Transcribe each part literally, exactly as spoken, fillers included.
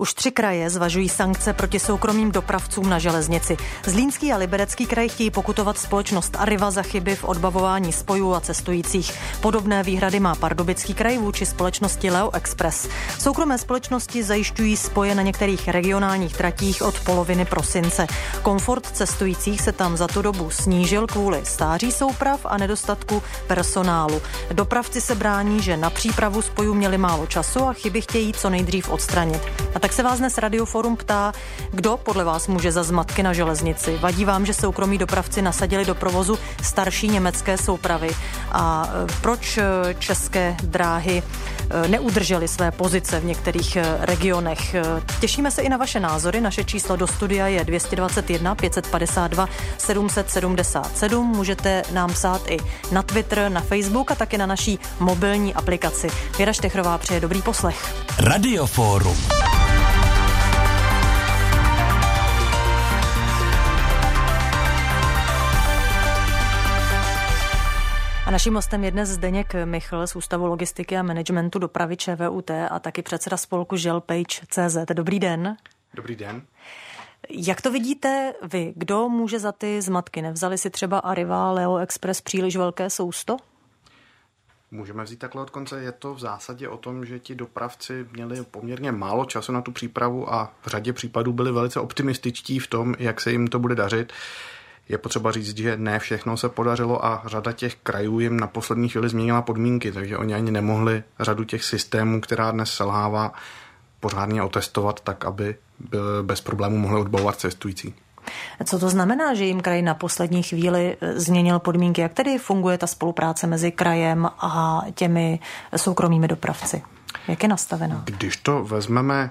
Už tři kraje zvažují sankce proti soukromým dopravcům na železnici. Zlínský a Liberecký kraj chtějí pokutovat společnost Arriva za chyby v odbavování spojů a cestujících. Podobné výhrady má Pardubický kraj vůči společnosti Leo Express. Soukromé společnosti zajišťují spoje na některých regionálních tratích od poloviny prosince. Komfort cestujících se tam za tu dobu snížil kvůli stáří souprav a nedostatku personálu. Dopravci se brání, že na přípravu spojů měli málo času a chyby chtějí co nejdřív odstranit. A tak se vás dnes Radioforum ptá, kdo podle vás může za zmatky na železnici. Vadí vám, že soukromí dopravci nasadili do provozu starší německé soupravy? A proč České dráhy neudržely své pozice v některých regionech? Těšíme se i na vaše názory. Naše číslo do studia je dvě stě dvacet jedna pět set padesát dva sedm set sedmdesát sedm. Můžete nám psát i na Twitter, na Facebook a taky na naší mobilní aplikaci. Věra Štechrová přeje dobrý poslech. Radioforum. A naším hostem je dnes Zdeněk Michl z Ústavu logistiky a managementu dopravy ČVUT a taky předseda spolku želpage tečka cé zet. Dobrý den. Dobrý den. Jak to vidíte vy? Kdo může za ty zmatky? Nevzali si třeba Arriva, Leo Express příliš velké sousto? Můžeme vzít takhle od konce. Je to v zásadě o tom, že ti dopravci měli poměrně málo času na tu přípravu a v řadě případů byli velice optimističtí v tom, jak se jim to bude dařit. Je potřeba říct, že ne všechno se podařilo a řada těch krajů jim na poslední chvíli změnila podmínky, takže oni ani nemohli řadu těch systémů, která dnes selhává, pořádně otestovat tak, aby bez problémů mohli odbavovat cestující. Co to znamená, že jim kraj na poslední chvíli změnil podmínky? Jak tedy funguje ta spolupráce mezi krajem a těmi soukromými dopravci? Jak je nastavená? Když to vezmeme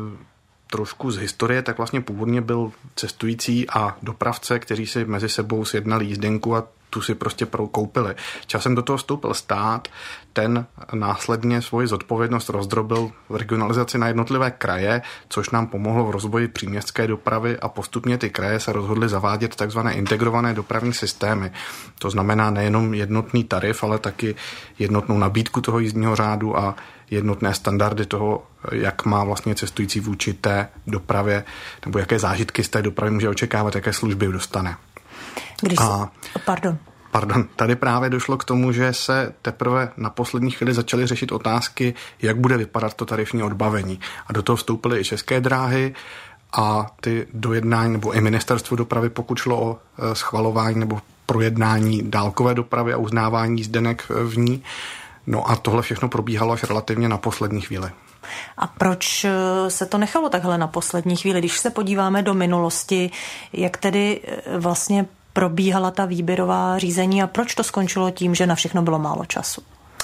trošku z historie, tak vlastně původně byl cestující a dopravce, kteří si mezi sebou sjednali jízdenku a tu si prostě koupili. Časem do toho vstoupil stát, ten následně svoji zodpovědnost rozdrobil v regionalizaci na jednotlivé kraje, což nám pomohlo v rozvoji příměstské dopravy a postupně ty kraje se rozhodly zavádět takzvané integrované dopravní systémy. To znamená nejenom jednotný tarif, ale taky jednotnou nabídku toho jízdního řádu a jednotné standardy toho, jak má vlastně cestující vůči té dopravě, nebo jaké zážitky z té dopravy může očekávat, jaké služby dostane. Když A, pardon. Pardon, tady právě došlo k tomu, že se teprve na poslední chvíli začaly řešit otázky, jak bude vypadat to tarifní odbavení. A do toho vstoupily i České dráhy a ty dojednání, nebo i ministerstvo dopravy, pokud šlo o schvalování nebo projednání dálkové dopravy a uznávání jízdenek v ní. No a tohle všechno probíhalo až relativně na poslední chvíli. A proč se to nechalo takhle na poslední chvíli? Když se podíváme do minulosti, jak tedy vlastně probíhala ta výběrová řízení a proč to skončilo tím, že na všechno bylo málo času?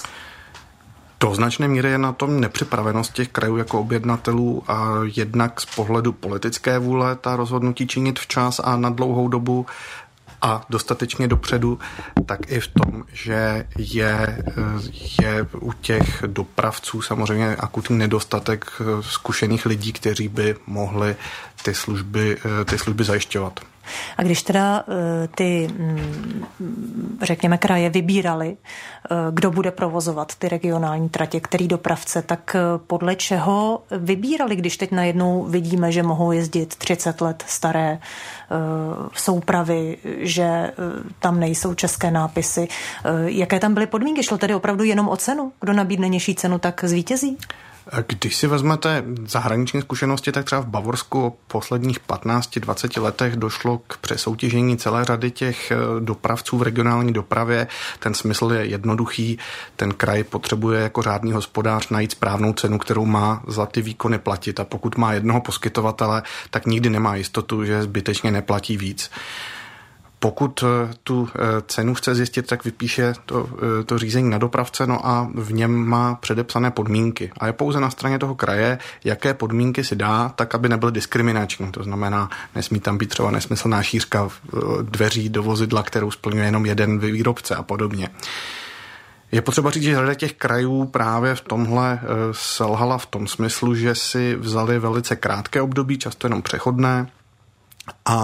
Do značné míry je na tom nepřipravenost těch krajů jako objednatelů a jednak z pohledu politické vůle ta rozhodnutí činit včas a na dlouhou dobu a dostatečně dopředu, tak i v tom, že je, je u těch dopravců samozřejmě akutní nedostatek zkušených lidí, kteří by mohli ty služby, ty služby zajišťovat. A když teda ty, řekněme, kraje vybírali, kdo bude provozovat ty regionální tratě, který dopravce, tak podle čeho vybírali, když teď najednou vidíme, že mohou jezdit třicet let staré soupravy, že tam nejsou české nápisy. Jaké tam byly podmínky? Šlo tedy opravdu jenom o cenu? Kdo nabídne nižší cenu, tak zvítězí? Když si vezmete zahraniční zkušenosti, tak třeba v Bavorsku o posledních patnáct dvacet letech došlo k přesoutěžení celé řady těch dopravců v regionální dopravě. Ten smysl je jednoduchý. Ten kraj potřebuje jako řádný hospodář najít správnou cenu, kterou má za ty výkony platit. A pokud má jednoho poskytovatele, tak nikdy nemá jistotu, že zbytečně neplatí víc. Pokud tu cenu chce zjistit, tak vypíše to, to řízení na dopravce, no a v něm má předepsané podmínky. A je pouze na straně toho kraje, jaké podmínky si dá, tak aby nebyly diskriminační. To znamená, nesmí tam být třeba nesmyslná šířka dveří do vozidla, kterou splňuje jenom jeden výrobce a podobně. Je potřeba říct, že řada těch krajů právě v tomhle selhala v tom smyslu, že si vzali velice krátké období, často jenom přechodné, a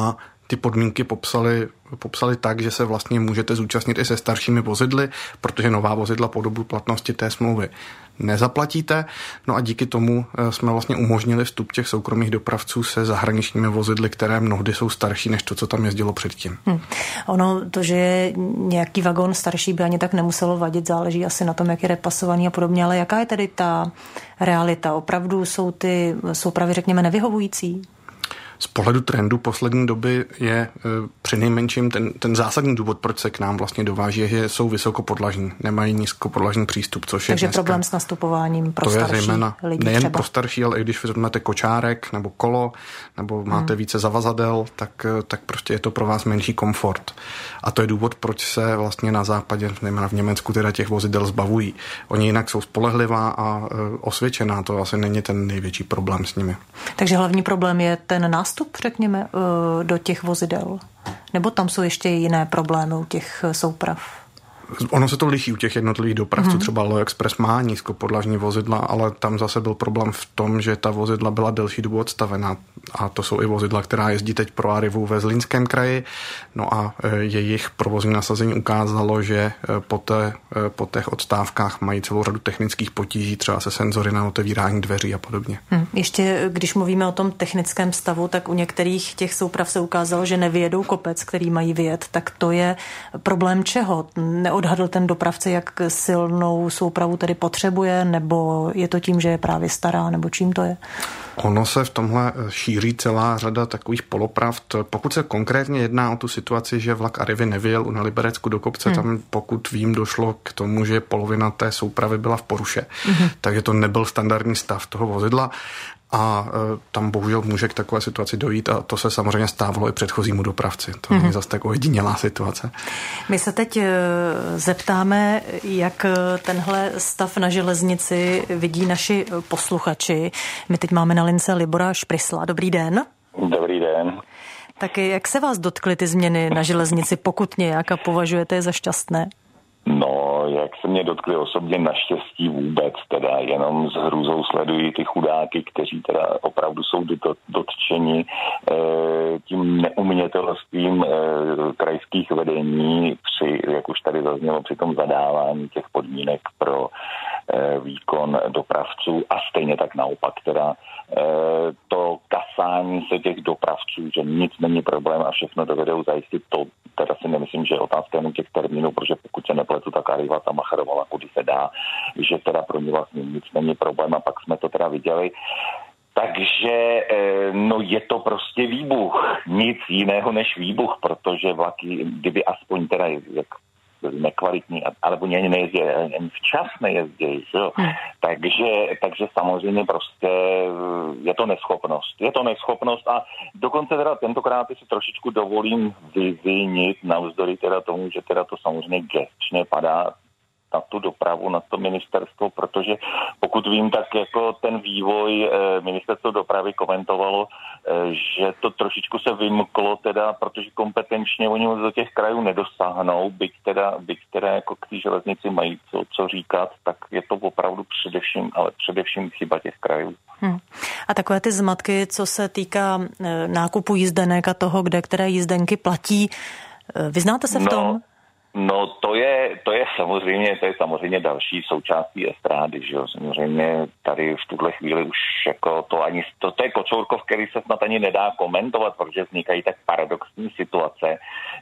ty podmínky popsali, popsali tak, že se vlastně můžete zúčastnit i se staršími vozidly, protože nová vozidla po dobu platnosti té smlouvy nezaplatíte. No a díky tomu jsme vlastně umožnili vstup těch soukromých dopravců se zahraničními vozidly, které mnohdy jsou starší než to, co tam jezdilo předtím. Hmm. Ono, to, že je nějaký vagón starší, by ani tak nemuselo vadit, záleží asi na tom, jak je repasovaný a podobně, ale jaká je tedy ta realita? Opravdu jsou ty soupravy, řekněme, nevyhovující? Z pohledu trendu poslední doby je přinejmenším ten, ten zásadní důvod, proč se k nám vlastně dováží, je, že jsou vysokopodlažní, nemají nízkopodlažní přístup, což Takže je dneska, problém s nastupováním pro to starší je zejména lidi nejen třeba. Pro starší, ale i když vezmete kočárek nebo kolo, nebo máte hmm. více zavazadel, tak, tak prostě je to pro vás menší komfort. A to je důvod, proč se vlastně na západě, zejména v Německu, teda těch vozidel zbavují. Oni jinak jsou spolehlivá a osvědčená, to asi není ten největší problém s nimi. Takže hlavní problém je ten nástup, řekněme, do těch vozidel? Nebo tam jsou ještě jiné problémy u těch souprav? Ono se to liší u těch jednotlivých dopravců. Hmm. Třeba Leo Express má nízkopodlažní vozidla, ale tam zase byl problém v tom, že ta vozidla byla delší dobu odstavená. A to jsou i vozidla, která jezdí teď pro Arrivu ve Zlínském kraji. No a jejich provozní nasazení ukázalo, že po, té, po těch odstávkách mají celou řadu technických potíží, třeba se senzory na otevírání dveří a podobně. Hmm. Ještě když mluvíme o tom technickém stavu, tak u některých těch souprav se ukázalo, že nevyjedou kopec, který mají vyjet. Tak to je problém čeho? Neodhadl ten dopravce, jak silnou soupravu tedy potřebuje, nebo je to tím, že je právě stará, nebo čím to je? Ono se v tomhle šíří celá řada takových polopravd. Pokud se konkrétně jedná o tu situaci, že vlak Arrivy nevyjel na Liberecku do kopce, hmm. tam pokud vím, došlo k tomu, že polovina té soupravy byla v poruše. Hmm. Takže to nebyl standardní stav toho vozidla. A e, tam bohužel může k takové situaci dojít a to se samozřejmě stávalo i předchozímu dopravci. To mm-hmm. není zase tak ojedinělá situace. My se teď zeptáme, jak tenhle stav na železnici vidí naši posluchači. My teď máme na lince Libora Šprysla. Dobrý den. Dobrý den. Taky jak se vás dotkly ty změny na železnici, pokud nějak, a považujete je za šťastné? No, jak se mě dotkli osobně, naštěstí vůbec, teda jenom s hrůzou sledují ty chudáky, kteří teda opravdu jsou dotčeni e, tím neumětelstvím e, krajských vedení při, jak už tady zaznělo, při tom zadávání těch podmínek pro e, výkon dopravců a stejně tak naopak teda e, to kasání se těch dopravců, že nic není problém a všechno dovedou zajistit, to teda si nemyslím, že je otázka jenom těch termínů, protože pokud se nepletu, tak Arriva tam macherovala, kudy se dá, že teda pro ně vlastně nic není problém a pak jsme to teda viděli. Takže no je to prostě výbuch, nic jiného než výbuch, protože vlaky, kdyby aspoň teda jak nekvalitní, alebo ani nejezdí, ani včas nejezdí, že jo. Hmm. Takže, takže samozřejmě prostě je to neschopnost. Je to neschopnost a dokonce teda tentokrát si trošičku dovolím vyvinit navzdory teda tomu, že teda to samozřejmě gestčně padá na tu dopravu, na to ministerstvo, protože pokud vím, tak jako ten vývoj ministerstvo dopravy komentovalo, že to trošičku se vymklo teda, protože kompetenčně oni do těch krajů nedosáhnou, byť teda, byť teda jako k té železnici mají co, co říkat, tak je to opravdu především, ale především chyba těch krajů. Hmm. A takové ty zmatky, co se týká nákupu jízdenek a toho, kde které jízdenky platí, vyznáte se v tom? No. No to je, to je samozřejmě, to je samozřejmě další součástí estrády, že jo, samozřejmě tady v tuhle chvíli už jako to ani, to, to je kocourkov, který se snad ani nedá komentovat, protože vznikají tak paradoxní situace,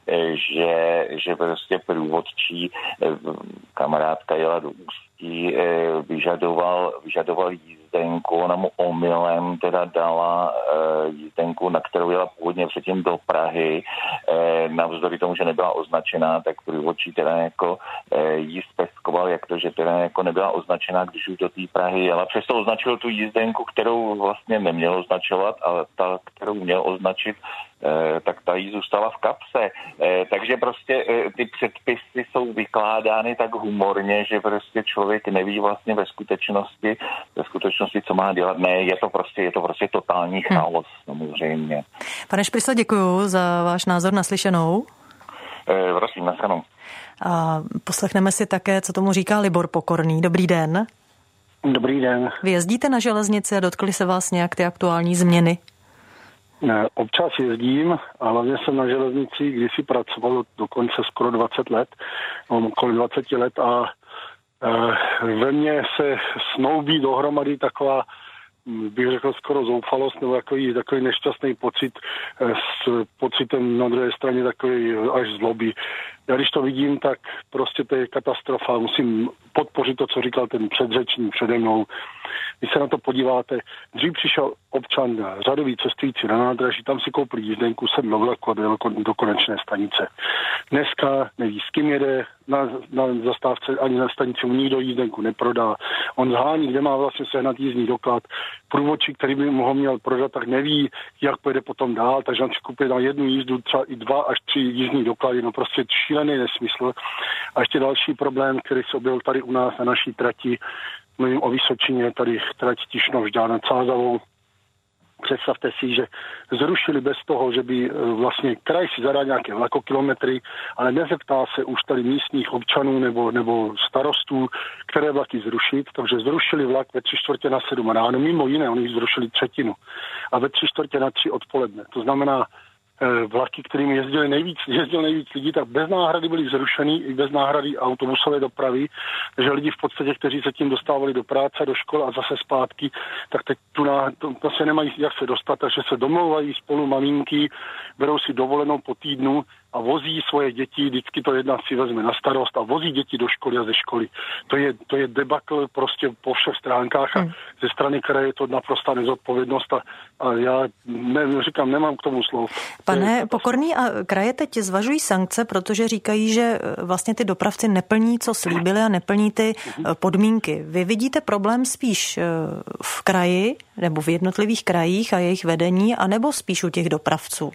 že, že prostě průvodčí kamarádka jela do Ústí, vyžadoval, vyžadoval jízdenku, ona mu omylem teda dala jízdenku, na kterou jela původně předtím do Prahy, navzdory tomu, že nebyla označená, tak průvodčí teda jako jí speskoval, jak to, že teda jako nebyla označená, když už do té Prahy jela. Přesto označil tu jízdenku, kterou vlastně neměl označovat, ale ta, kterou měl označit, tak ta jí zůstala v kapse. Takže prostě ty předpisy jsou vykládány tak humorně, že prostě člověk neví vlastně ve skutečnosti, ve skutečnosti, co má dělat. Ne, je to prostě, je to prostě totální chaos, hmm. samozřejmě. Pane Šprysle, děkuju za váš názor, naslyšenou. E, prosím, naslyšenou. A poslechneme si také, co tomu říká Libor Pokorný. Dobrý den. Dobrý den. Vy jezdíte na železnici a dotkli se vás nějak ty aktuální změny? Občas jezdím a hlavně jsem na železnici kdysi pracoval dokonce skoro dvacet let, okolo dvacet let a ve mně se snoubí dohromady taková, bych řekl, skoro zoufalost nebo takový, takový nešťastný pocit s pocitem na druhé straně takový až zloby. Já když to vidím, tak prostě to je katastrofa. Musím podpořit to, co říkal ten předřečník přede mnou. Když se na to podíváte, dřív přišel občan řadový cestující na nádraží, tam si koupil jízdenku, sedl do vlaku a do konečné stanice. Dneska neví, s kým jede, na, na zastávce ani na stanici mu nikdo jízdenku neprodá. On zhání, kde má vlastně sehnat jízdní doklad. Průvodčík, který by mu ho měl prodat, tak neví, jak pojede potom dál, takže on si kupuje na jednu jízdu třeba i dva až tři jízdní doklady, no prostě šílený nesmysl. A ještě další problém, který se objevil tady u nás na naší trati, mluvím o Vysočině, tady trať Tišnov-Žďár nad Sázavou. Představte si, že zrušili bez toho, že by vlastně kraj si zadal nějaké vlakokilometry, ale nezeptá se už tady místních občanů nebo, nebo starostů, které vlaky zrušit, takže zrušili vlak ve tři čtvrtě na sedm ráno, mimo jiné, oni zrušili třetinu a ve tři čtvrtě na tři odpoledne. To znamená, vlaky, kterým jezdili nejvíc, jezdil nejvíc lidí, tak bez náhrady byly zrušeny i bez náhrady autobusové dopravy, takže lidi v podstatě, kteří se tím dostávali do práce, do školy a zase zpátky, tak teď tu ná, to, to se nemají jak se dostat, takže se domlouvají spolu maminky, berou si dovolenou po týdnu a vozí svoje děti, vždycky to jedna si vezme na starost a vozí děti do školy a ze školy. To je, to je debakl prostě po všech stránkách a hmm. ze strany kraje je to naprostá nezodpovědnost a, a já ne, říkám, nemám k tomu slov. Pane Pokorný, a kraje teď zvažují sankce, protože říkají, že vlastně ty dopravci neplní, co slíbili a neplní ty podmínky. Vy vidíte problém spíš v kraji nebo v jednotlivých krajích a jejich vedení, anebo spíš u těch dopravců?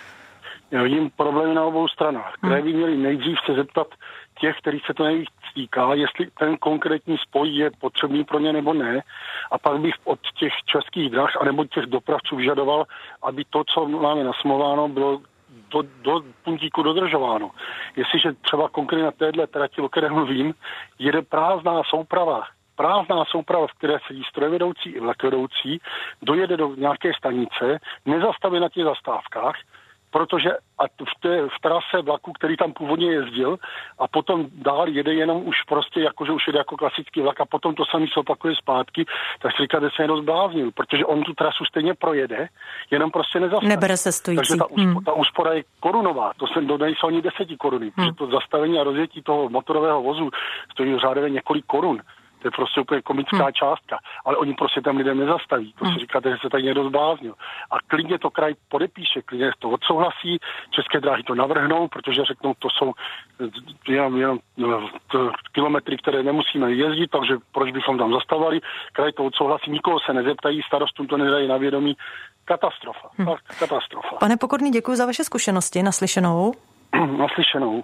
Já vidím problémy na obou stranách. Kraje by měli nejdřív se zeptat těch, kterých se to nejvíc týká, jestli ten konkrétní spoj je potřebný pro ně nebo ne. A pak bych od těch českých drah anebo těch dopravců vyžadoval, aby to, co máme nasmluváno, bylo do, do puntíku dodržováno. Jestliže třeba konkrétně na téhle trati, o které mluvím, jede prázdná souprava, prázdná souprava, v které sedí strojvedoucí i vlakvedoucí, dojede do nějaké stanice, nezastaví na těch zastávkách, protože a v té v trase vlaku, který tam původně jezdil a potom dál jede jenom už prostě jakože už jede jako klasický vlak a potom to samý se opakuje zpátky, tak si říká, že se jenom zbláznil, protože on tu trasu stejně projede, jenom prostě nezastaví. Nebere se stojící. Takže ta, úspo, hmm. ta úspora je korunová, to se dodají se ani deseti koruny, hmm. protože to zastavení a rozjetí toho motorového vozu stojí řádově několik korun. To je prostě úplně komická hmm. částka. Ale oni prostě tam lidem nezastaví. To si hmm. říkáte, že se tady někdo zbláznil. A klidně to kraj podepíše, klidně to odsouhlasí, České dráhy to navrhnou, protože řeknou, to jsou jenom, jenom to, kilometry, které nemusíme jezdit, takže proč bychom tam zastavovali. Kraj to odsouhlasí, nikoho se nezeptají, starostům to nedají na vědomí. Katastrofa. Hmm. Katastrofa. Pane Pokorný, děkuji za vaše zkušenosti. Naslyšenou. Naslyšenou.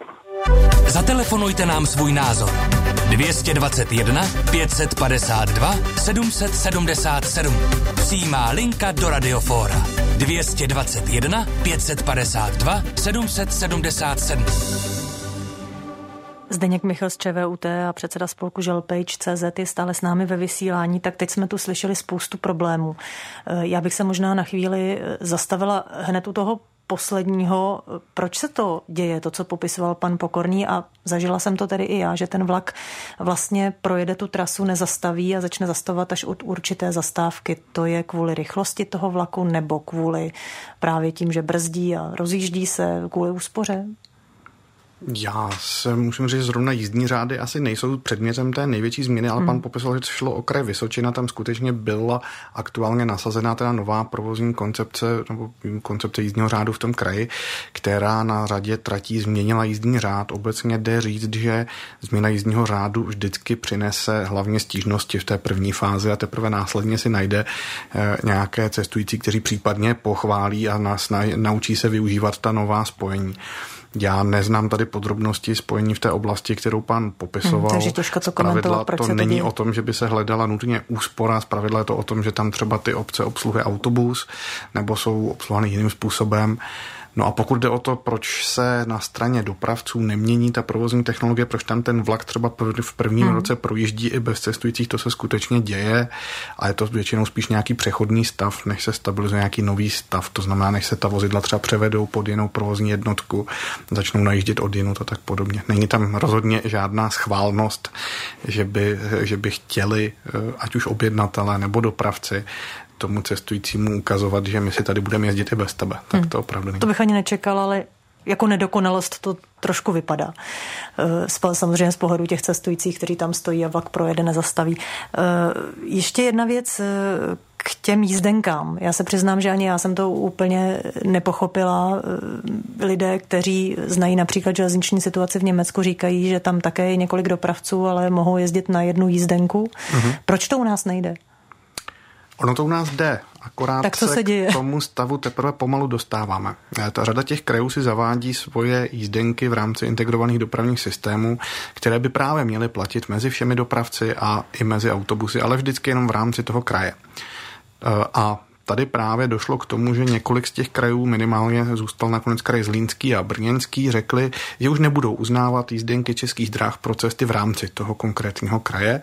Zatelefonujte nám svůj názor. dvě stě dvacet jedna pět set padesát dva sedm set sedmdesát sedm. Přímá linka do Radiofóra. dvě stě dvacet jedna pět set padesát dva sedm set sedmdesát sedm. Zdeněk Michl z ČVUT a předseda spolku Želpage tečka cé zet je stále s námi ve vysílání, tak teď jsme tu slyšeli spoustu problémů. Já bych se možná na chvíli zastavila hned u toho posledního. Proč se to děje, to, co popisoval pan Pokorný, a zažila jsem to tedy i já, že ten vlak vlastně projede tu trasu, nezastaví a začne zastavovat až od určité zastávky. To je kvůli rychlosti toho vlaku nebo kvůli právě tím, že brzdí a rozjíždí se, kvůli úspoře? Já se musím říct, zrovna jízdní řády asi nejsou předmětem té největší změny, ale hmm. pan popisoval, že šlo o kraj Vysočina, tam skutečně byla aktuálně nasazená teda nová provozní koncepce nebo koncepce jízdního řádu v tom kraji, která na řadě tratí změnila jízdní řád. Obecně jde říct, že změna jízdního řádu vždycky přinese hlavně stížnosti v té první fázi a teprve následně si najde eh, nějaké cestující, kteří případně pochválí a nás na, naučí se využívat ta nová spojení. Já neznám tady podrobnosti spojení v té oblasti, kterou pan popisoval. Hmm, takže těžko to komentovat, proč to se to není děje. O tom, že by se hledala nutně úspora, zpravidla je to o tom, že tam třeba ty obce obsluhuje autobus nebo jsou obsluhovány jiným způsobem. No a pokud jde o to, proč se na straně dopravců nemění ta provozní technologie, proč tam ten vlak třeba v prvním hmm. roce projíždí i bez cestujících, to se skutečně děje a je to většinou spíš nějaký přechodný stav, než se stabilizuje nějaký nový stav, to znamená, než se ta vozidla třeba převedou pod jinou provozní jednotku, začnou najíždět od jinut a tak podobně. Není tam rozhodně žádná schválnost, že by, že by chtěli, ať už objednatelé nebo dopravci, tomu cestujícímu ukazovat, že my si tady budeme jezdit i bez tebe. Tak hmm. to opravdu není. To bych ani nečekala, ale jako nedokonalost to trošku vypadá. Samozřejmě z pohledu těch cestujících, kteří tam stojí a vlak projede, nezastaví. Ještě jedna věc k těm jízdenkám. Já se přiznám, že ani já jsem to úplně nepochopila. Lidé, kteří znají například železniční situaci v Německu, říkají, že tam také je několik dopravců, ale mohou jezdit na jednu jízdenku. Uh-huh. Proč to u nás nejde? Ono to u nás jde, akorát tak se, se k tomu stavu teprve pomalu dostáváme. Ta řada těch krajů si zavádí svoje jízdenky v rámci integrovaných dopravních systémů, které by právě měly platit mezi všemi dopravci a i mezi autobusy, ale vždycky jenom v rámci toho kraje. A tady právě došlo k tomu, že několik z těch krajů, minimálně zůstal nakonec kraj Zlínský a Brněnský, řekli, že už nebudou uznávat jízdenky Českých drah pro cesty v rámci toho konkrétního kraje.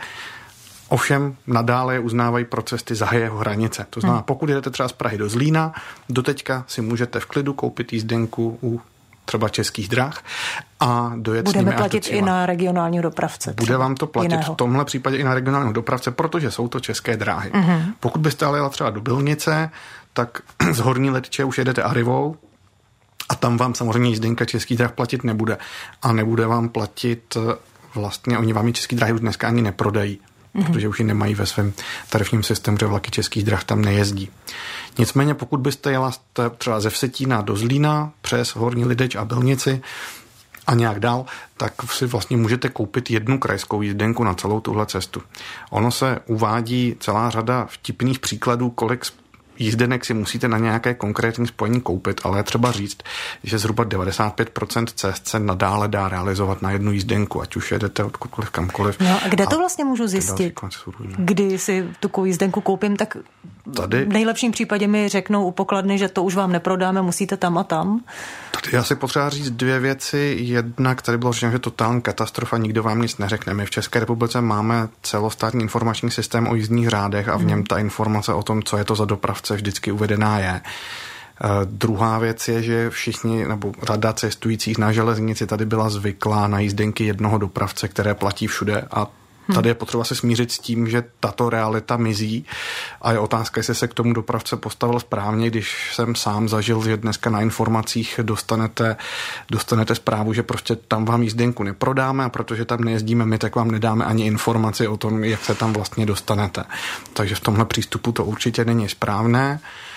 Ovšem nadále uznávají pro cesty za jeho hranice. To znamená, pokud jdete třeba z Prahy do Zlína, doteďka si můžete v klidu koupit jízdenku u třeba Českých drah a dojet Budeme s nimi až platit do cíle. I na regionálního dopravce. Bude vám to platit jiného. V tomhle případě i na regionálního dopravce, protože jsou to české dráhy. Uh-huh. Pokud byste ale jela třeba do Bylnice, tak z Horní Letče už jedete Arrivou a tam vám samozřejmě jízdenka Českých drah platit nebude. A nebude vám platit vlastně, oni vám ji Český dráhy už dneska ani neprodají. Mm-hmm. Protože už ji nemají ve svém tarifním systému, že vlaky Českých drah tam nejezdí. Nicméně pokud byste jela třeba ze Vsetína do Zlína přes Horní Lideč a Bylnici a nějak dál, tak si vlastně můžete koupit jednu krajskou jízdenku na celou tuhle cestu. Ono se uvádí celá řada vtipných příkladů, kolik jízdenek si musíte na nějaké konkrétní spojení koupit, ale je třeba říct, že zhruba devadesát pět procent cest se nadále dá realizovat na jednu jízdenku, ať už jedete odkudkoliv kamkoliv. No a kde to vlastně můžu zjistit? Kdy si tu jízdenku koupím, tak tady, v nejlepším případě mi řeknou u pokladny, že to už vám neprodáme, musíte tam a tam. Tady já si potřeba říct dvě věci. Jednak tady bylo řečeno, že totální katastrofa, nikdo vám nic neřekne. My v České republice máme celostátní informační systém o jízdních řádech a v něm ta informace o tom, co je to za dopravce, vždycky uvedená je. Uh, druhá věc je, že všichni, nebo řada cestujících na železnici tady byla zvyklá na jízdenky jednoho dopravce, které platí všude a tady je potřeba se smířit s tím, že tato realita mizí a je otázka, jestli se k tomu dopravce postavil správně, když jsem sám zažil, že dneska na informacích dostanete, dostanete zprávu, že prostě tam vám jízdenku neprodáme a protože tam nejezdíme my, tak vám nedáme ani informaci o tom, jak se tam vlastně dostanete. Takže v tomhle přístupu to určitě není správné.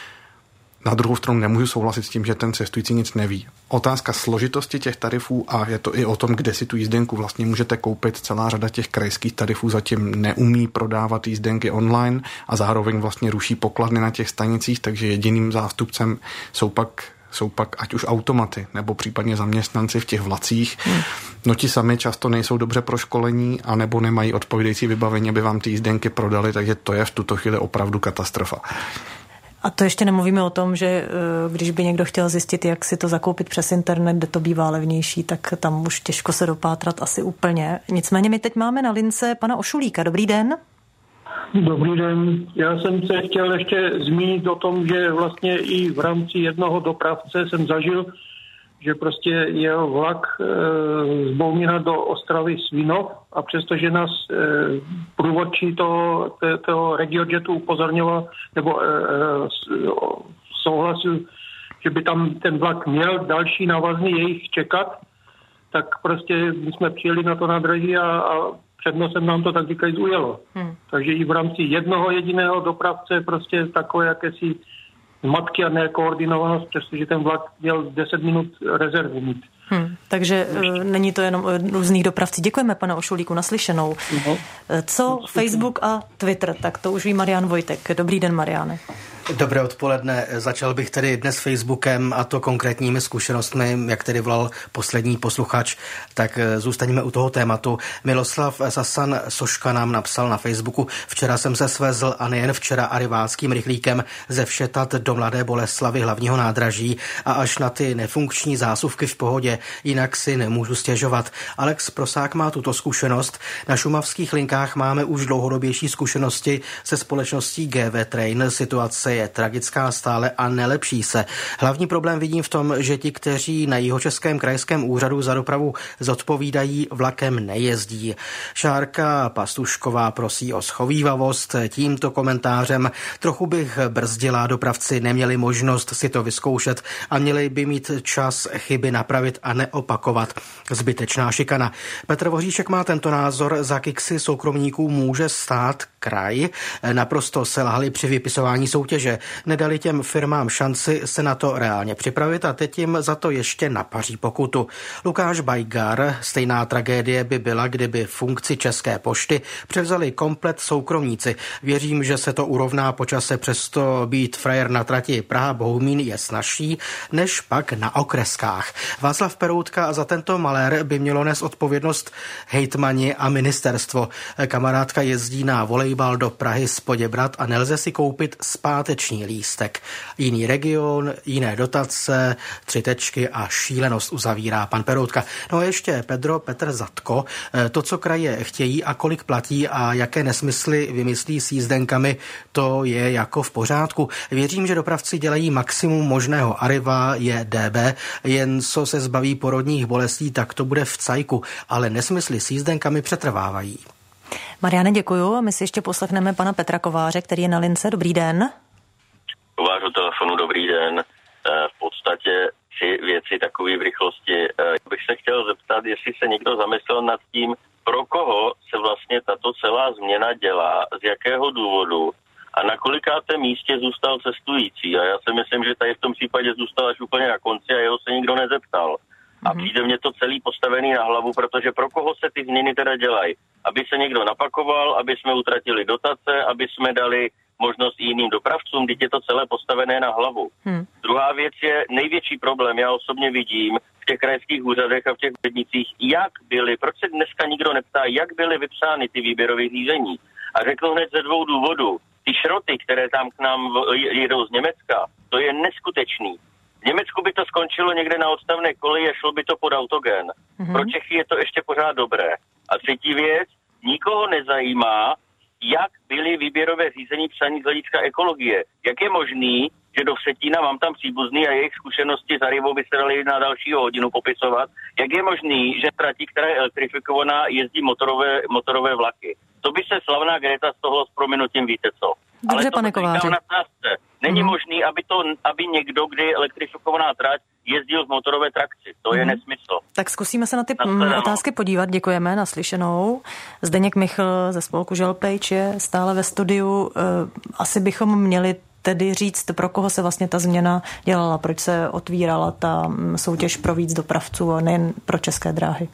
Na druhou stranu nemůžu souhlasit s tím, že ten cestující nic neví. Otázka složitosti těch tarifů a je to i o tom, kde si tu jízdenku vlastně můžete koupit. Celá řada těch krajských tarifů zatím neumí prodávat jízdenky online a zároveň vlastně ruší pokladny na těch stanicích, takže jediným zástupcem jsou pak jsou pak ať už automaty nebo případně zaměstnanci v těch vlacích. Hmm. No ti sami často nejsou dobře proškolení a nebo nemají odpovídající vybavení, aby vám ty jízdenky prodali, takže to je v tuto chvíli opravdu katastrofa. A to ještě nemluvíme o tom, že když by někdo chtěl zjistit, jak si to zakoupit přes internet, kde to bývá levnější, tak tam už těžko se dopátrat asi úplně. Nicméně my teď máme na lince pana Ošulíka. Dobrý den. Dobrý den. Já jsem se chtěl ještě zmínit o tom, že vlastně i v rámci jednoho dopravce jsem zažil, že prostě jel vlak e, z Boumína do Ostravy Svinov a přestože nás e, průvodčí toho, toho RegioJetu upozorňoval nebo e, e, souhlasil, že by tam ten vlak měl další návazný jejich čekat, tak prostě my jsme přijeli na to nádraží a, a před nosem nám to tak říkají ujelo. Hmm. Takže i v rámci jednoho jediného dopravce prostě takové jakési zmatky a nekoordinovanost, přestože ten vlak měl deset minut rezervu mít. Hmm, takže uh, není to jenom různých dopravcí. Děkujeme, pane Ošulíku, naslyšenou. No. Co Facebook a Twitter? Tak to už ví Marian Vojtek. Dobrý den, Mariane. Dobré odpoledne. Začal bych tedy dnes Facebookem, a to konkrétními zkušenostmi, jak tedy volal poslední posluchač, tak zůstaňme u toho tématu. Miloslav Sasan Soška nám napsal na Facebooku: včera jsem se svezl a nejen včera ariváckým rychlíkem ze Všetat do Mladé Boleslavi hlavního nádraží a až na ty nefunkční zásuvky v pohodě, jinak si nemůžu stěžovat. Alex Prosák má tuto zkušenost. Na šumavských linkách máme už dlouhodobější zkušenosti se společností G V Train. Situace je tragická stále a nelepší se. Hlavní problém vidím v tom, že ti, kteří na Jihočeském krajském úřadu za dopravu zodpovídají, vlakem nejezdí. Šárka Pastušková prosí o schovívavost. Tímto komentářem: trochu bych brzdila, dopravci neměli možnost si to vyzkoušet a měli by mít čas chyby napravit a neopakovat. Zbytečná šikana. Petr Voříšek má tento názor: za kiksy soukromníků může stát kraj. Naprosto selhali při vypisování soutěže. Nedali těm firmám šanci se na to reálně připravit a teď jim za to ještě napaří pokutu. Lukáš Bajgar: stejná tragédie by byla, kdyby funkci České pošty převzali komplet soukromníci. Věřím, že se to urovná po čase, přesto být frajer na trati Praha-Bohumín je snazší než pak na okreskách. Václav Peroutka: za tento malér by mělo nést odpovědnost hejtmani a ministerstvo. Kamarádka jezdí na volejbal do Prahy z Poděbrad a nelze si koupit zpáteční lístek. Jiný region, jiné dotace, tři tečky a šílenost, uzavírá pan Peroutka. No a ještě Pedro Petr Zatko: to, co kraje chtějí a kolik platí a jaké nesmysly vymyslí s jízdenkami, to je jako v pořádku. Věřím, že dopravci dělají maximum možného. Arriva je D B, jen co se zbaví porodních bolestí, tak to bude v cajku, ale nesmysly s jízdenkami přetrvávají. Mariane, děkuju a my si ještě poslechneme pana Petra Kováře, který je na lince. Dobrý den. Kovářu telefonu, dobrý den. V podstatě tři věci takové v rychlosti. Bych se chtěl zeptat, jestli se někdo zamyslel nad tím, pro koho se vlastně tato celá změna dělá, z jakého důvodu a na kolikátém místě zůstal cestující. A já si myslím, že tady v tom případě zůstal až úplně na konci a jeho se nikdo nezeptal. A přijde mně to celý postavený na hlavu, protože pro koho se ty změny teda dělají? Aby se někdo napakoval, aby jsme utratili dotace, aby jsme dali možnost i jiným dopravcům, když je to celé postavené na hlavu. Hmm. Druhá věc je největší problém, já osobně vidím v těch krajských úřadech a v těch úřednicích, jak byly, proč se dneska nikdo neptá, jak byly vypsány ty výběrové řízení. A řeknu hned ze dvou důvodů. Ty šroty, které tam k nám jedou z Německa, to je neskutečný. V Německu by to skončilo někde na odstavné koleji a šlo by to pod autogen. Mm-hmm. Pro Čechy je to ještě pořád dobré. A třetí věc, nikoho nezajímá, jak byly výběrové řízení psaní z hlediska ekologie. Jak je možný, že do Vsetína mám tam příbuzný a jejich zkušenosti s Arrivou by se daly na dalšího hodinu popisovat. Jak je možný, že trati, která je elektrifikovaná, jezdí motorové, motorové vlaky. To by se slavná Greta z toho s prominutím, víte co. Dobře, ale pane Kováři. Není mm. možný, aby, to, aby někdo, kdy je elektrifikovaná trať, jezdil v motorové trakci. To mm. je nesmysl. Tak zkusíme se na ty Nasledanou. otázky podívat. Děkujeme, naslyšenou. Zdeněk Michl ze spolku Želpejč je stále ve studiu. Asi bychom měli tedy říct, pro koho se vlastně ta změna dělala, proč se otvírala ta soutěž pro víc dopravců a nejen pro České dráhy.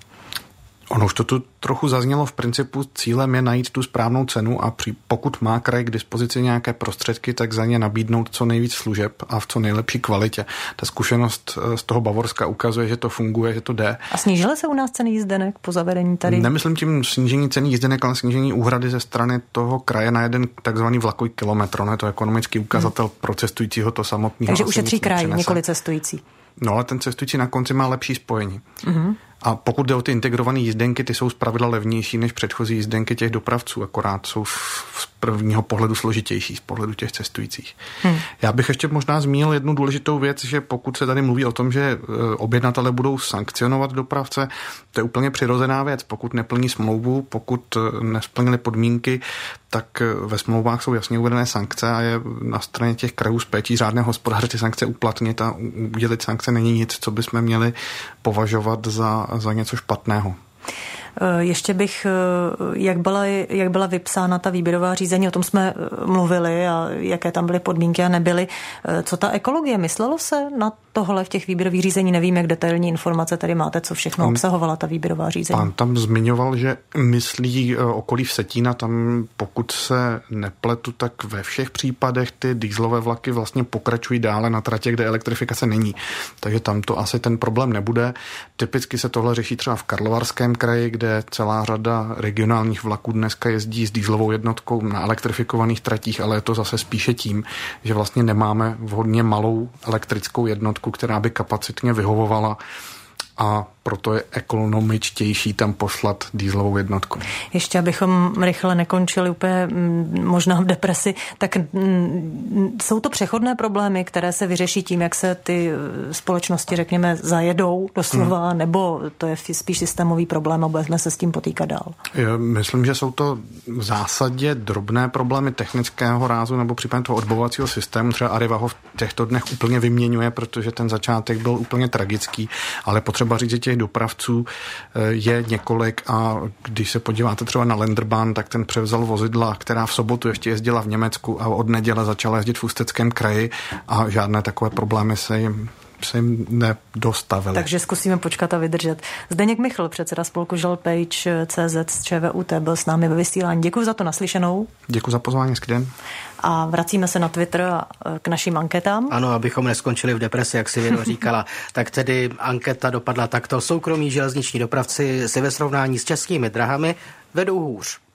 Ono už to tu trochu zaznělo, v principu cílem je najít tu správnou cenu a při, pokud má kraj k dispozici nějaké prostředky, tak za ně nabídnout co nejvíc služeb a v co nejlepší kvalitě. Ta zkušenost z toho Bavorska ukazuje, že to funguje, že to jde. A snížily se u nás ceny jízdenek po zavedení tady? Nemyslím tím snížení ceny jízdenek, ale snížení úhrady ze strany toho kraje na jeden takzvaný vlakový kilometr. No, je to ekonomický ukazatel hmm. pro cestujícího to samotného. Takže ušetří kraj, nikoli cestující. No, ale ten cestující na konci má lepší spojení. Mm-hmm. A pokud jde o ty integrované jízdenky, ty jsou zpravidla levnější než předchozí jízdenky těch dopravců, akorát jsou z prvního pohledu složitější, z pohledu těch cestujících. Hmm. Já bych ještě možná zmínil jednu důležitou věc, že pokud se tady mluví o tom, že objednatelé budou sankcionovat dopravce, to je úplně přirozená věc. Pokud neplní smlouvu, pokud nesplnili podmínky, tak ve smlouvách jsou jasně uvedené sankce a je na straně těch krajů s péčí řádného hospodáře ty sankce uplatnit a udělit sankce není nic, co bychom měli považovat za, za něco špatného. Ještě bych, jak byla, jak byla vypsána ta výběrová řízení, o tom jsme mluvili a jaké tam byly podmínky a nebyly. Co ta ekologie? Myslelo se na tohle v těch výběrových řízení? Nevím, jak detailní informace tady máte, co všechno obsahovala ta výběrová řízení. Pán tam zmiňoval, že myslí okolí Vsetína, tam pokud se nepletu, tak ve všech případech ty dieselové vlaky vlastně pokračují dále na tratě, kde elektrifikace není. Takže tam to asi ten problém nebude. Typicky se tohle řeší třeba v Karlovarském kraji, kde celá řada regionálních vlaků dneska jezdí s dieselovou jednotkou na elektrifikovaných tratích, ale je to zase spíše tím, že vlastně nemáme vhodně malou elektrickou jednotku, která by kapacitně vyhovovala, a proto je ekonomičtější tam poslat dieselovou jednotku. Ještě abychom rychle nekončili úplně možná v depresi, tak jsou to přechodné problémy, které se vyřeší tím, jak se ty společnosti, řekněme, zajedou doslova, hmm. nebo to je spíš systémový problém a budeme se s tím potýkat dál? Já myslím, že jsou to v zásadě drobné problémy technického rázu nebo případně toho odbavovacího systému. Třeba Arriva ho v těchto dnech úplně vyměňuje, protože ten začátek byl úplně tragický, ale potřeba říct, že těch dopravců je několik a když se podíváte třeba na Länderbahn, tak ten převzal vozidla, která v sobotu ještě jezdila v Německu a od neděle začala jezdit v Ústeckém kraji a žádné takové problémy se jim se jim nedostavili. Takže zkusíme počkat a vydržet. Zdeněk Michl, předseda spolku Žalpage tečka cé zet z ČVUT, byl s námi ve vysílání. Děkuji za to, naslyšenou. Děkuji za pozvání, hezký den. A vracíme se na Twitter a k našim anketám. Ano, abychom neskončili v depresi, jak si Věno říkala. Tak tedy anketa dopadla takto. Soukromí železniční dopravci si ve srovnání s českými drahami vedou hůř.